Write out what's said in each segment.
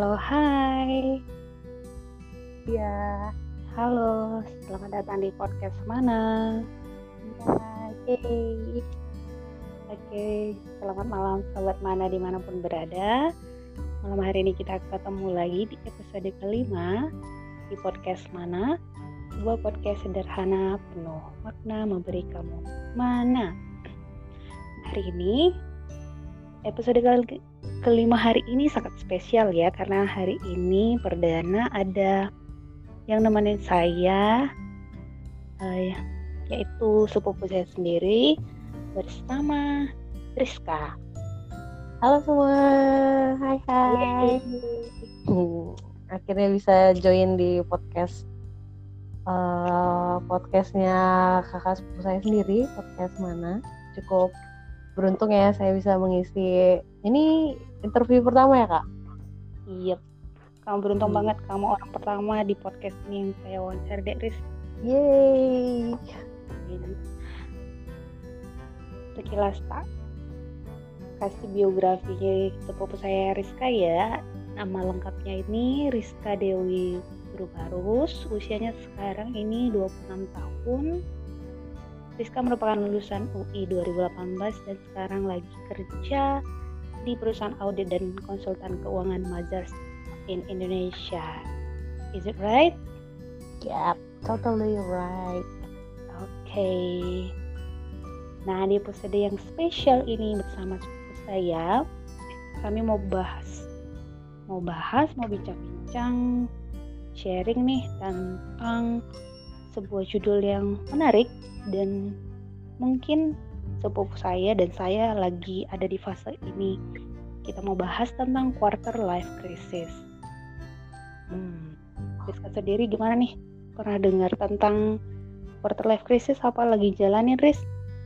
Halo, hai. Iya, Halo, selamat datang di podcast mana? iya, yeay. Oke, selamat malam sobat mana dimanapun berada. Malam hari ini kita ketemu lagi di episode kelima di podcast mana? Sebuah podcast sederhana penuh makna memberi kamu mana. Hari ini, episode kelima hari ini sangat spesial ya, karena hari ini perdana ada yang nemenin saya, yaitu sepupu saya sendiri bersama Rizka. Halo semua, hai. Akhirnya bisa join di podcastnya kakak sepupu saya sendiri, podcast mana. Cukup beruntung ya saya bisa mengisi. Ini interview pertama ya kak? Iya, kamu beruntung banget, kamu orang pertama di podcast ini yang saya wawancara, Dek Riz. Yeay. Sekilas tak kasih biografinya sepupu saya Rizka ya. Nama lengkapnya ini Rizka Dewi Grubarus. Usianya sekarang ini 26 tahun. Rizka merupakan lulusan UI 2018 dan sekarang lagi kerja di perusahaan audit dan konsultan keuangan Mazars in Indonesia. Is it right? Yep, totally right. Oke. Nah, di episode yang spesial ini bersama sepupu saya, kami mau bincang-bincang, sharing nih tentang sebuah judul yang menarik, dan mungkin sepupu saya dan saya lagi ada di fase ini. Kita mau bahas tentang quarter life crisis. Rizka sendiri gimana nih? Pernah dengar tentang quarter life crisis apa lagi jalanin, Riz?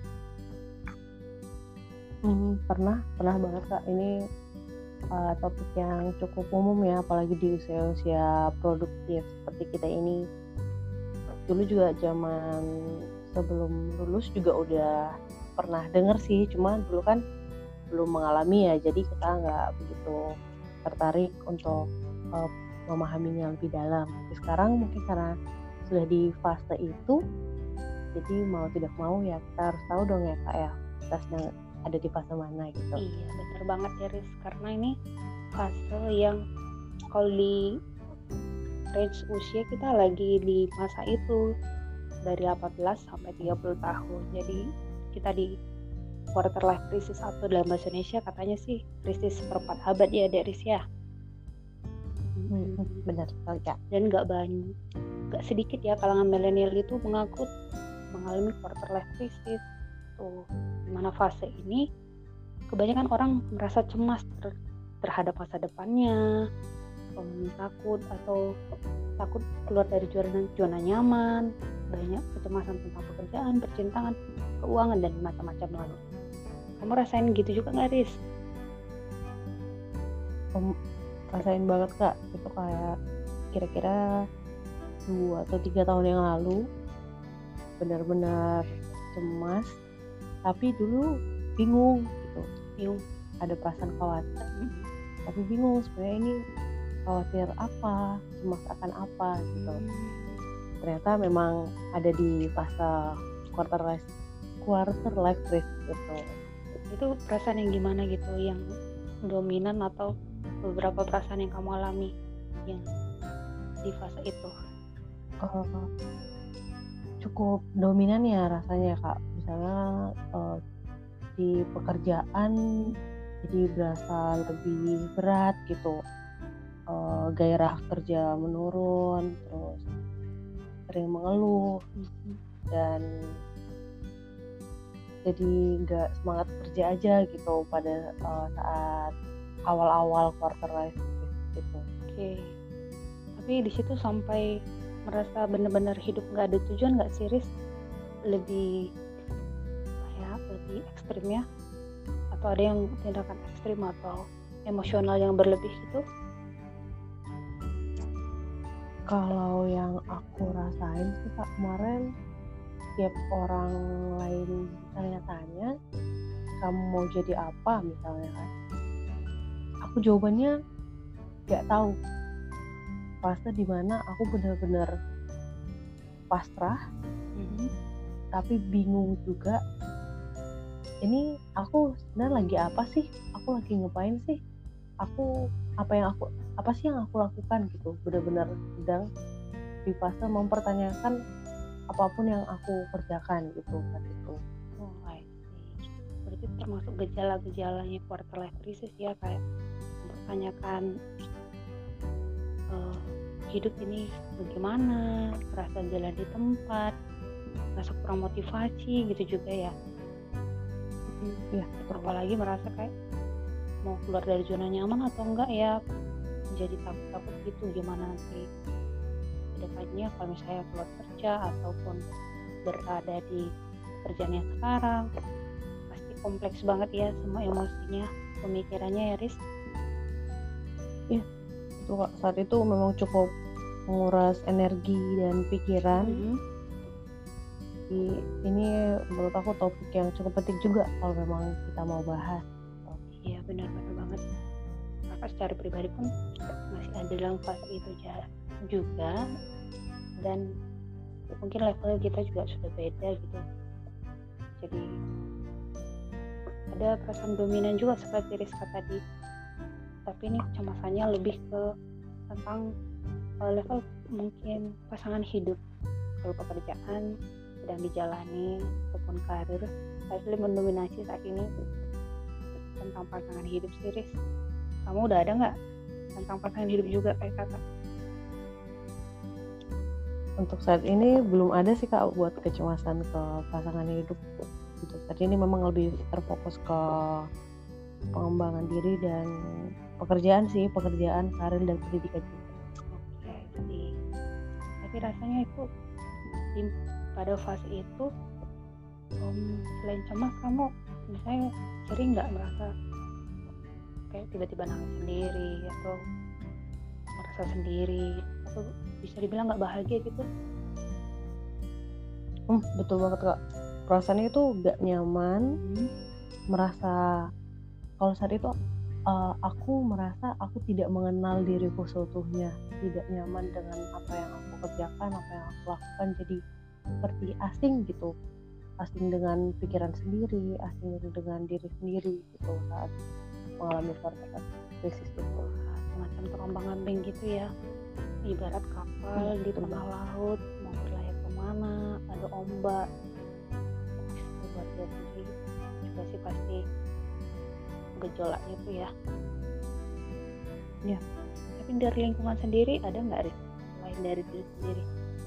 Pernah banget kak. Ini topik yang cukup umum ya, apalagi di usia-usia produktif seperti kita ini. Dulu juga zaman sebelum lulus juga udah pernah dengar sih, cuma dulu kan belum mengalami ya, jadi kita nggak begitu tertarik untuk memahaminya lebih dalam. Tapi sekarang mungkin karena sudah di fase itu, jadi mau tidak mau ya kita harus tahu dong ya kak ya, kita sedang ada di fase mana gitu. Iya, benar banget ya Riz, karena ini fase yang kalau di range usia kita lagi di masa itu dari 18 sampai 30 tahun. Jadi kita di quarter life crisis atau dalam bahasa Indonesia katanya sih krisis seperempat abad ya, Dek Riz ya. Benar sekali kak. Dan nggak sedikit ya kalangan milenial itu mengaku mengalami quarter life crisis. Tuh, dimana fase ini kebanyakan orang merasa cemas terhadap masa depannya, takut keluar dari zona nyaman, banyak kecemasan tentang pekerjaan, percintaan, keuangan, dan macam-macam lagi. Kamu rasain gitu juga nggak, Riz? Rasain banget kak, itu kayak kira-kira 2 atau 3 tahun yang lalu benar-benar cemas, tapi dulu bingung gitu, ada perasaan khawatir, tapi bingung sebenarnya ini khawatir apa, cemas akan apa gitu. Ternyata memang ada di fase quarter life crisis gitu. Itu perasaan yang gimana gitu, yang dominan atau beberapa perasaan yang kamu alami yang di fase itu? Cukup dominan ya rasanya kak. Misalnya di pekerjaan jadi berasa lebih berat gitu, gairah kerja menurun, terus sering mengeluh, dan jadi nggak semangat kerja aja gitu pada saat awal-awal quarter life gitu. Oke. Tapi di situ sampai merasa benar-benar hidup nggak ada tujuan nggak sih, Riz? Lebih ekstrim ya? Atau ada yang tindakan ekstrim atau emosional yang berlebih gitu? Kalau yang aku rasain sih kak, kemarin tiap orang lain tanya-tanya kamu mau jadi apa misalnya kan, aku jawabannya gak tahu fase dimana aku benar-benar pasrah, tapi bingung juga. Ini aku sebenarnya lagi apa sih? Aku lagi ngapain sih? Apa sih yang aku lakukan gitu? Benar-benar sedang di fase mempertanyakan apapun yang aku kerjakan gitu kan itu. Oh, I see. Berarti termasuk gejala-gejalanya quarter life crisis ya, kayak mempertanyakan hidup ini bagaimana, merasa jalan di tempat, merasa kurang motivasi gitu juga ya. Iya, Apalagi merasa kayak mau keluar dari zona nyaman atau enggak ya, jadi takut-takut gitu gimana nanti kedepannya kalau misalnya keluar kerja ataupun berada di pekerjaan yang sekarang. Pasti kompleks banget ya semua emosinya, pemikirannya ya, Riz. Iya, itu Kak, saat itu memang cukup menguras energi dan pikiran. Ini menurut aku topik yang cukup penting juga kalau memang kita mau bahas. Iya, benar-benar banget. Kakak secara pribadi pun masih ada dalam fase itu juga, dan mungkin level kita juga sudah beda gitu. Jadi ada perasaan dominan juga seperti Rizka tadi, tapi ini kecemasannya lebih ke tentang level mungkin pasangan hidup. Kalau pekerjaan sedang dijalani ataupun karir pasti mendominasi saat ini tentang pasangan hidup sih, Riz. Kamu udah ada nggak tentang pasangan hidup juga kayak kakak? Untuk saat ini belum ada sih Kak buat kecemasan ke pasangan hidup. Untuk saat ini memang lebih terfokus ke pengembangan diri dan pekerjaan, karir dan pendidikan juga. Oke, sih. Tapi rasanya itu pada fase itu selain cemas, kamu misalnya sering nggak merasa kayak tiba-tiba nangis sendiri atau merasa sendiri atau bisa dibilang nggak bahagia gitu? Betul banget Kak, perasaannya itu gak nyaman, merasa kalau saat itu aku merasa aku tidak mengenal diriku seutuhnya, tidak nyaman dengan apa yang aku kerjakan, apa yang aku lakukan, jadi seperti asing gitu, asing dengan pikiran sendiri, asing dengan diri sendiri gitu saat mengalami quarter life crisis itu. Semacam terombang-ambing gitu ya, ibarat kapal di tengah laut mau berlayar kemana, ada ombak. Luar biasa sih, juga sih pasti gejolaknya itu ya. Ya. Tapi dari lingkungan sendiri ada nggak, Riz, selain dari diri sendiri?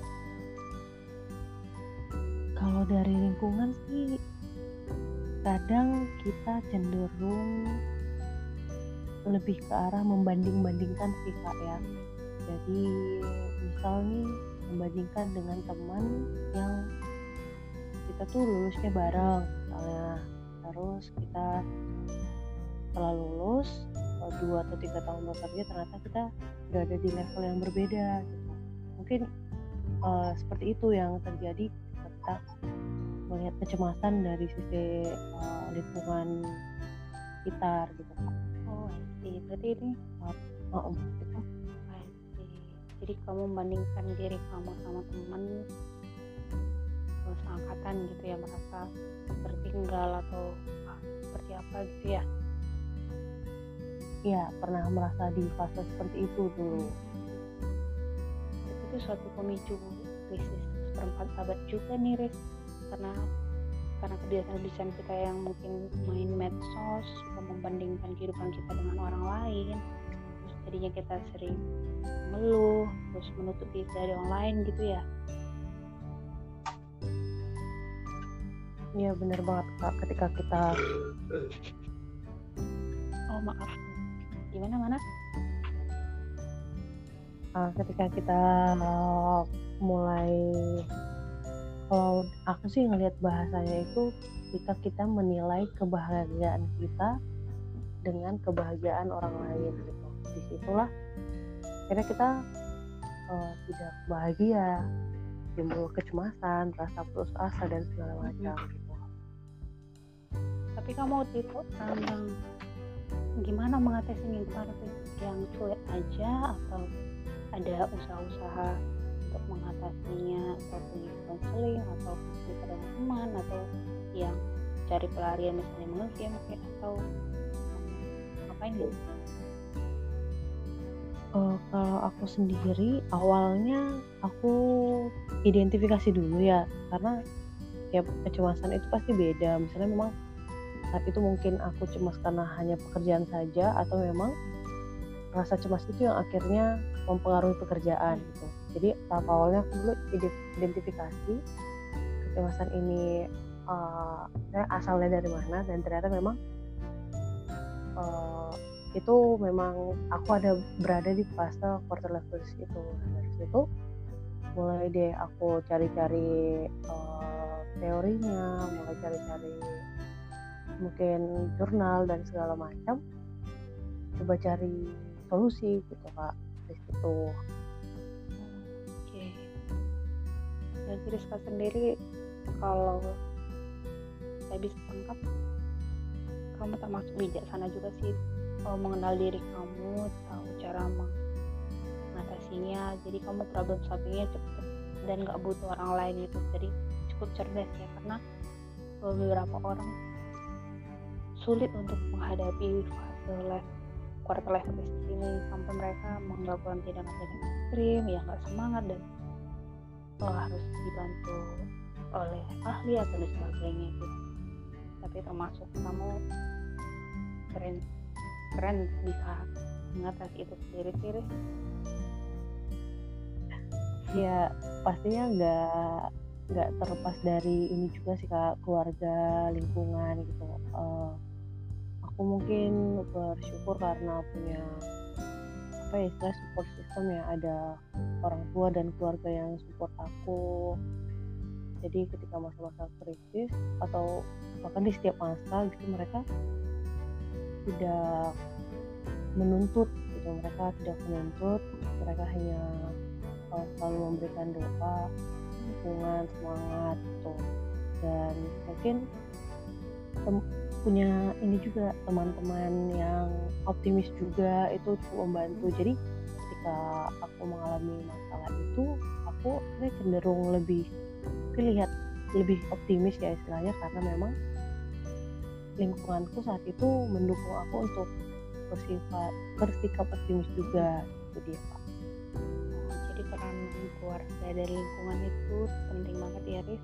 Kalau dari lingkungan sih kadang kita cenderung lebih ke arah membanding-bandingkan sih Kak ya. Jadi misal nih membandingkan dengan teman yang kita tuh lulusnya bareng misalnya, terus kita setelah lulus 2 atau 3 tahun bekerja ternyata kita berada di level yang berbeda gitu. Mungkin seperti itu yang terjadi ketika melihat kecemasan dari sisi lingkungan sekitar gitu Kak. Oh, I see. Berarti ini Gitu. I see. Jadi kamu membandingkan diri kamu sama teman seangkatan gitu ya, merasa tertinggal atau seperti apa gitu ya? Iya, pernah merasa di fase seperti itu dulu. Itu suatu pemicu krisis seperempat abad juga nih, Riz, karena kebiasaan kita yang mungkin main medsos, membandingkan kehidupan kita dengan orang lain, terus jadinya kita sering mengeluh, terus menutup diri dari orang lain gitu ya. Iya benar banget Kak, ketika kita ketika kita mulai, kalau aku sih ngelihat bahasanya itu ketika kita menilai kebahagiaan kita dengan kebahagiaan orang lain gitu, disitulah akhirnya kita tidak bahagia, timbul kecemasan, rasa putus asa dan segala macam gitu. Tapi kamu tipe orang yang gimana mengatasi minggu kemarin tuh, yang cuek aja atau ada usaha-usaha untuk mengatasinya, atau pergi konseling atau cerita dengan teman, atau yang cari pelarian misalnya mengegame kayak, atau ngapain gitu? Kalau aku sendiri awalnya aku identifikasi dulu ya, karena tiap kecemasan itu pasti beda. Misalnya memang saat itu mungkin aku cemas karena hanya pekerjaan saja, atau memang rasa cemas itu yang akhirnya mempengaruhi pekerjaan gitu. Jadi tahap awalnya aku dulu identifikasi kecemasan ini asalnya dari mana, dan ternyata memang itu memang aku ada berada di fase quarter life crisis itu. Dari situ mulai deh aku cari-cari teorinya, mulai cari-cari mungkin jurnal dan segala macam, coba cari solusi gitu Kak di situ. Oke. Dari Rizka sendiri, kalau saya bisa tangkap, kamu termasuk bijaksana juga sih, mengenal diri kamu, tahu cara mengatasinya. Jadi kamu problem solvingnya cepet dan gak butuh orang lain gitu. Jadi cukup cerdas ya, karena beberapa orang sulit untuk menghadapi fase quarter life crisis ini, sampai mereka melakukan tindakan-tindakan ekstrim yang gak semangat dan harus dibantu oleh ahli atau dan sebagainya gitu. Tapi termasuk kamu keren bisa mengatasi itu sendiri sih. Ya pastinya nggak terlepas dari ini juga sih Kak, keluarga, lingkungan gitu. Aku mungkin bersyukur karena punya istilah support system ya, ada orang tua dan keluarga yang support aku. Jadi ketika masa-masa krisis atau bahkan di setiap masa gitu, mereka tidak menuntut gitu, mereka hanya selalu memberikan doa, dukungan, semangat gitu. Dan mungkin punya ini juga teman-teman yang optimis juga, itu cukup membantu. Jadi ketika aku mengalami masalah itu, aku cenderung lebih optimis ya istilahnya, karena memang lingkunganku saat itu mendukung aku untuk bersikap optimis juga. Itu dia Pak. Jadi peran keluarga dan lingkungan itu penting banget ya Riz.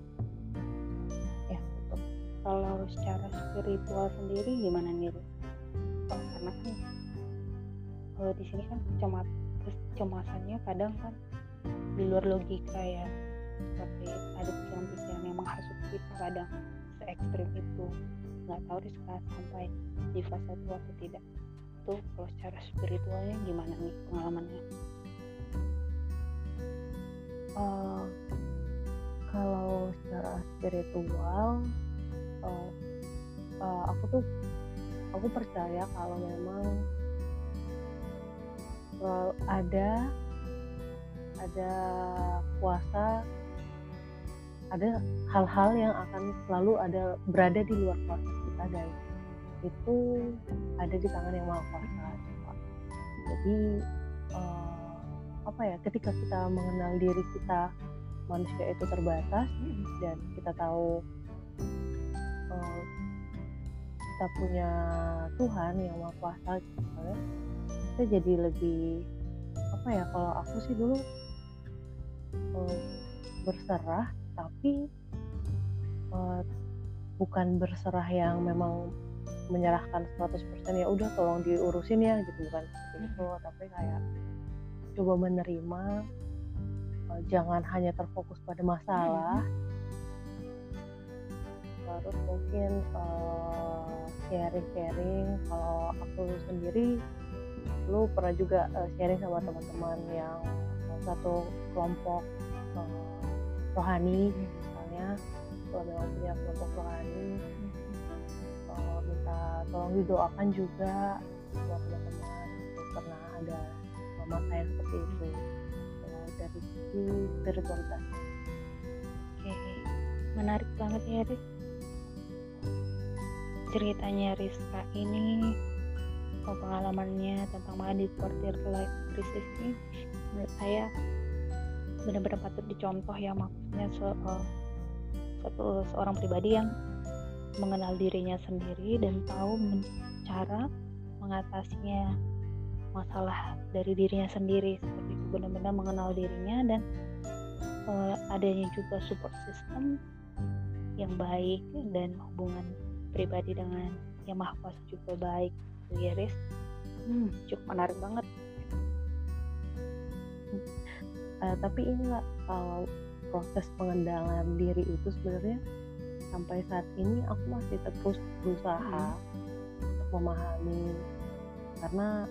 Ya betul. Kalau secara spiritual sendiri gimana nih Riz? Karena kan di sini kan kecemasannya kadang kan di luar logika ya, seperti ada pikiran-pikiran yang menghasut kita kadang se-ekstrim itu. Nggak tahu Rizka sampai di fase itu atau tidak. Itu kalau secara spiritualnya gimana nih pengalamannya? Kalau secara spiritual, aku percaya kalau memang ada kuasa, ada hal-hal yang akan selalu berada di luar kuasa kita, dan itu ada di tangan yang maha kuasa. Jadi ketika kita mengenal diri kita, manusia itu terbatas, dan kita tahu kita punya Tuhan yang maha kuasa gitu ya, kita jadi lebih kalau aku sih dulu berserah, tapi bukan berserah yang memang menyerahkan 100% ya udah tolong diurusin ya gitu, bukan seperti itu, tapi kayak coba menerima, jangan hanya terfokus pada masalah. Terus mungkin sharing. Kalau aku sendiri lu pernah juga sharing sama teman-teman yang satu kelompok rohani misalnya, kalau memang punya kelompok rohani, minta tolong didoakan juga buat teman-teman. Pernah ada masa yang seperti itu dari sisi spiritualitas. Oke, menarik banget ya Riz ceritanya Rizka ini. pengalamannya tentang menghadapi quarter life crisis ini menurut saya benar-benar patut dicontoh ya. Maksudnya seorang pribadi yang mengenal dirinya sendiri dan tahu cara mengatasinya masalah dari dirinya sendiri, seperti itu, benar-benar mengenal dirinya dan adanya juga support system yang baik dan hubungan pribadi dengan yang maha kuasa juga baik, ya Riz. Cukup menarik banget. Tapi ini Kak, proses pengendalian diri itu sebenarnya sampai saat ini aku masih terus berusaha untuk memahami, karena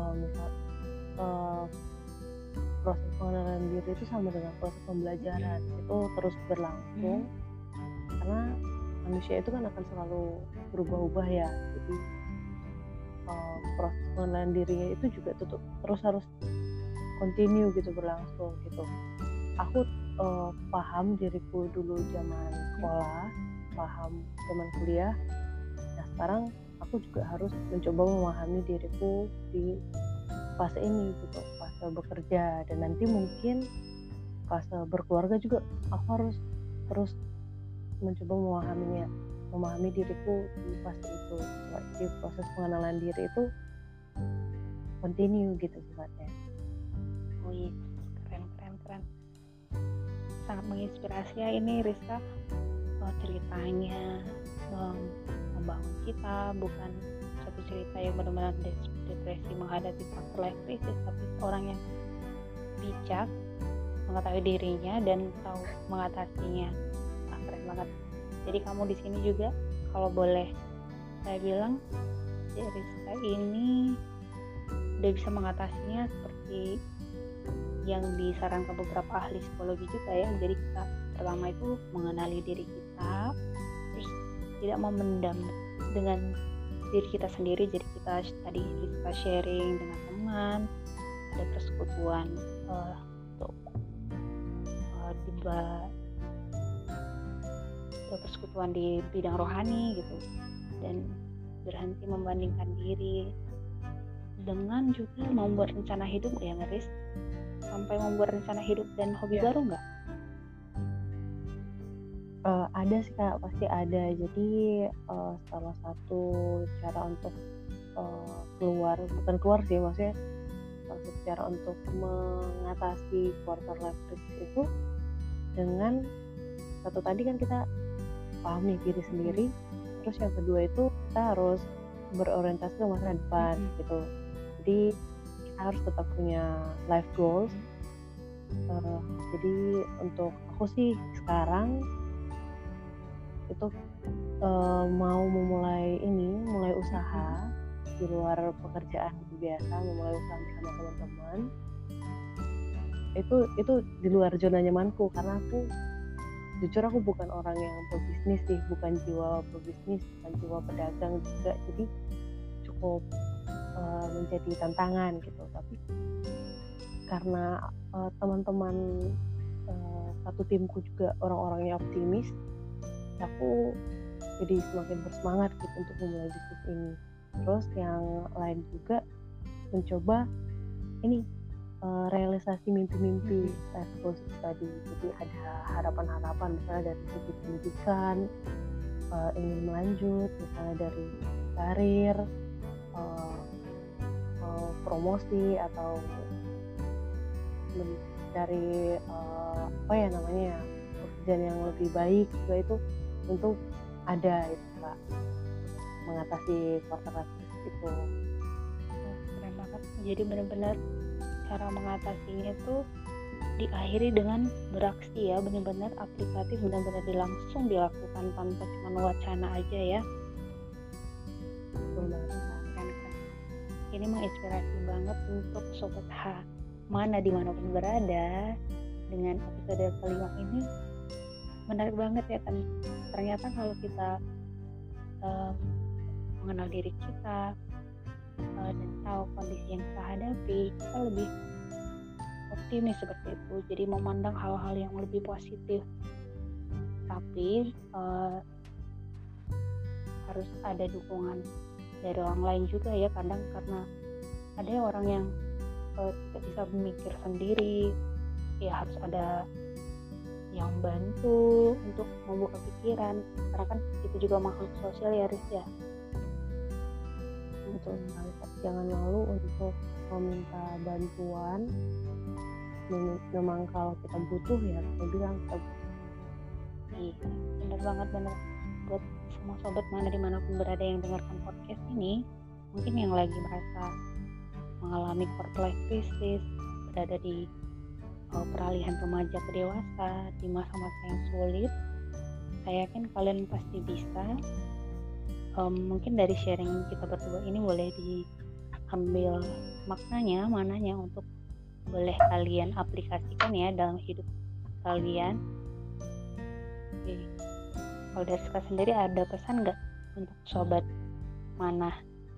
proses pengendalian diri itu sama dengan proses pembelajaran, itu terus berlangsung karena manusia itu kan akan selalu berubah-ubah ya. Jadi proses pengendalian dirinya itu juga terus harus continue gitu, berlangsung gitu. Aku paham diriku dulu zaman sekolah, paham zaman kuliah. Nah sekarang aku juga harus mencoba memahami diriku di fase ini gitu, fase bekerja, dan nanti mungkin fase berkeluarga juga aku harus terus mencoba memahami diriku di fase itu. Jadi proses pengenalan diri itu continue gitu sifatnya. Wih, keren. Sangat menginspirasi ya ini Rizka. Ceritanya membangun kita, bukan satu cerita yang benar-benar depresi menghadapi quarter life crisis, tapi orang yang bijak mengetahui dirinya dan tahu mengatasinya. Keren banget. Jadi kamu di sini juga, kalau boleh saya bilang, Rizka ini udah bisa mengatasinya seperti yang disarankan beberapa ahli psikologi juga ya. Jadi kita pertama itu mengenali diri kita, terus tidak memendam dengan diri kita sendiri. Jadi kita tadi kita sharing dengan teman, ada persekutuan untuk persekutuan di bidang rohani gitu, dan berhenti membandingkan diri dengan juga membuat rencana hidup ya Ngeris. Sampai membuat rencana hidup dan hobi baru nggak? Ada sih Kak, pasti ada. Jadi salah satu cara untuk bukan keluar sih, maksudnya salah satu cara untuk mengatasi quarter life crisis itu dengan satu tadi kan kita paham nih diri sendiri, terus yang kedua itu kita harus berorientasi ke masa depan gitu. Jadi kita harus tetap punya life goals. Jadi untuk aku sih sekarang itu mau mulai usaha di luar pekerjaan biasa, memulai usaha bersama teman-teman. Itu di luar zona nyamanku, karena jujur aku bukan orang yang pebisnis sih, bukan jiwa pebisnis, bukan jiwa pedagang juga. Jadi cukup menjadi tantangan gitu. Tapi karena teman-teman satu timku juga orang-orangnya optimis, aku jadi semakin bersemangat gitu untuk memulai bisnis ini. Terus yang lain juga mencoba realisasi mimpi-mimpi life goals tadi. Jadi ada harapan-harapan misalnya dari segi pendidikan, ingin melanjut, misalnya dari karir, promosi, atau mencari pekerjaan yang lebih baik juga. Itu tentu ada itu Kak, mengatasi quarter life crisis itu. Keren banget. Jadi benar-benar cara mengatasinya itu diakhiri dengan beraksi ya, benar-benar aplikatif, benar-benar langsung dilakukan tanpa cuma wacana aja ya. Betul banget. Kan. Ini menginspirasi banget untuk Sobat Mana dimanapun berada. Dengan episode kelima ini menarik banget ya kan. Ternyata kalau kita mengenal diri kita dan tahu kondisi yang kita hadapi, kita lebih optimis seperti itu. Jadi memandang hal-hal yang lebih positif. Tapi harus ada dukungan dari orang lain juga ya, kadang karena ada orang yang tidak bisa memikir sendiri, ya harus ada yang bantu untuk membuka pikiran, karena kan itu juga makhluk sosial ya Riz ya. Betul sekali Kak. Jangan malu untuk meminta bantuan. Memang kalau kita butuh ya kita bilang kita butuh. Iya, bener banget, bener. Buat semua sobat mana dimanapun berada yang dengarkan podcast ini, mungkin yang lagi merasa mengalami quarter life crisis, berada di peralihan remaja ke dewasa, di masa-masa yang sulit, saya yakin kalian pasti bisa. Mungkin dari sharing kita berdua ini boleh diambil maknanya, mananya untuk boleh kalian aplikasikan ya dalam hidup kalian. Oke. Kalau dari Rizka sendiri ada pesan nggak untuk sobat mana?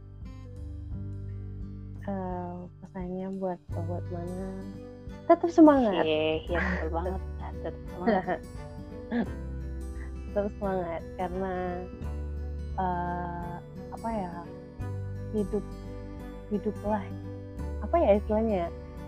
Pesannya buat sobat mana, tetap semangat. Ya betul banget, tetap semangat. Tetap semangat karena hiduplah apa ya istilahnya,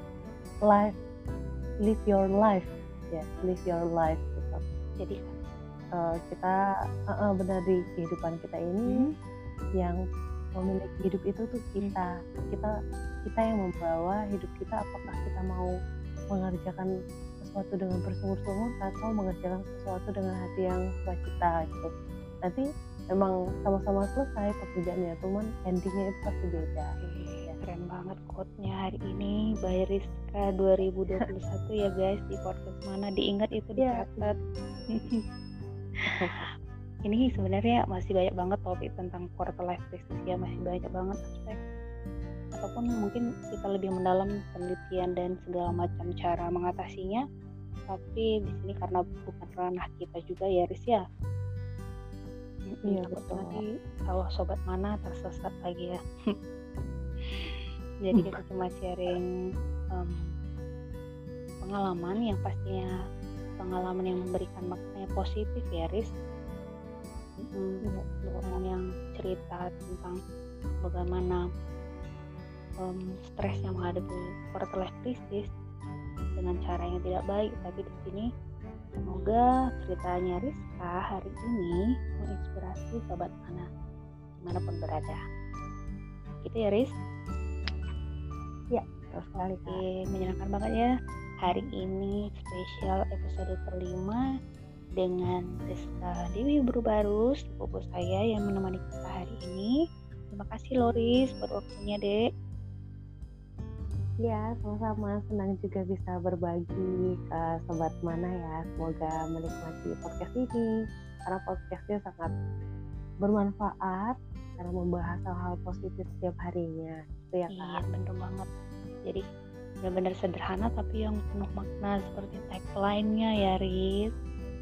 live your life ya, live your life gitu. Jadi kita benar di kehidupan kita ini yang memiliki hidup itu tuh kita yang membawa hidup kita. Apakah kita mau mengerjakan sesuatu dengan bersungguh-sungguh atau mengerjakan sesuatu dengan hati yang sukacita gitu. Nanti memang sama-sama selesai pekerjaannya, cuman endingnya itu pasti beda. Keren banget quote-nya hari ini by Rizka 2021 ya guys, di podcast mana, diingat itu, dicatat. Ini sebenarnya masih banyak banget topik tentang quarter life crisis ya, masih banyak banget aspek, ataupun mungkin kita lebih mendalam penelitian dan segala macam cara mengatasinya, tapi di sini karena bukan ranah kita juga ya Riz ya. Iya betul. Nanti kalau sobat mana tersesat lagi ya. Jadi kita cuma sharing pengalaman yang pastinya pengalaman yang memberikan makna positif ya Riz. Bukan yang cerita tentang bagaimana stresnya menghadapi quarter life crisis dengan cara yang tidak baik, tapi di sini semoga ceritanya Rizka hari ini menginspirasi sobat mana dimanapun berada. Gitu ya Riz? Ya, terus sekali. Menyenangkan banget ya hari ini, spesial episode kelima dengan Rizka Dewi Baru, sepupu saya yang menemani kita hari ini. Terima kasih Loris buat waktunya Dek. Ya, sama-sama, senang juga bisa berbagi ke sobat mana ya. Semoga menikmati podcast ini, karena podcastnya sangat bermanfaat karena membahas hal-hal positif setiap harinya. Itu ya Kak. Iya, bener banget. Jadi benar-benar sederhana tapi yang penuh makna seperti tagline-nya ya Riz.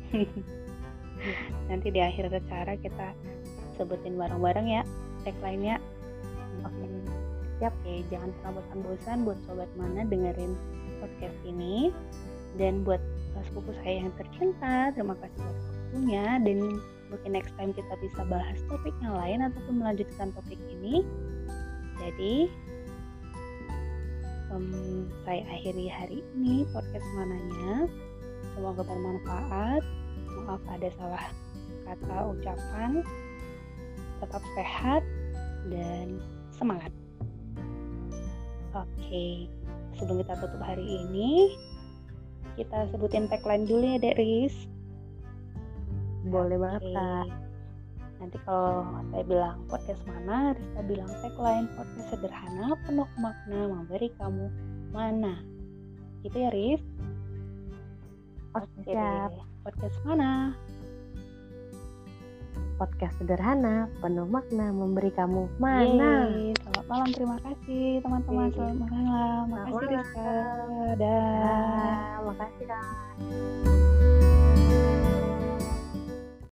Nanti di akhir acara kita sebutin bareng-bareng ya tagline-nya. Oke, jangan pernah bosan-bosan buat sobat mana dengerin podcast ini. Dan buat sepupu saya yang tercinta, terima kasih buat waktunya, dan mungkin next time kita bisa bahas topik yang lain ataupun melanjutkan topik ini. Jadi saya akhiri hari ini podcast mananya. Semoga bermanfaat. Maaf ada salah kata ucapan. Tetap sehat dan semangat. Oke, sebelum kita tutup hari ini, kita sebutin tagline dulu ya Dek Riz. Boleh banget Kak. Nanti kalau saya bilang podcast mana, Rizka bilang tagline podcast sederhana penuh makna memberi kamu mana. Gitu ya Riz? Oke, podcast mana? Podcast sederhana penuh makna memberi kamu mana. Yeay, selamat malam, terima kasih teman-teman. Selamat malam. Makasih Rizka. Dah. Makasih Kak.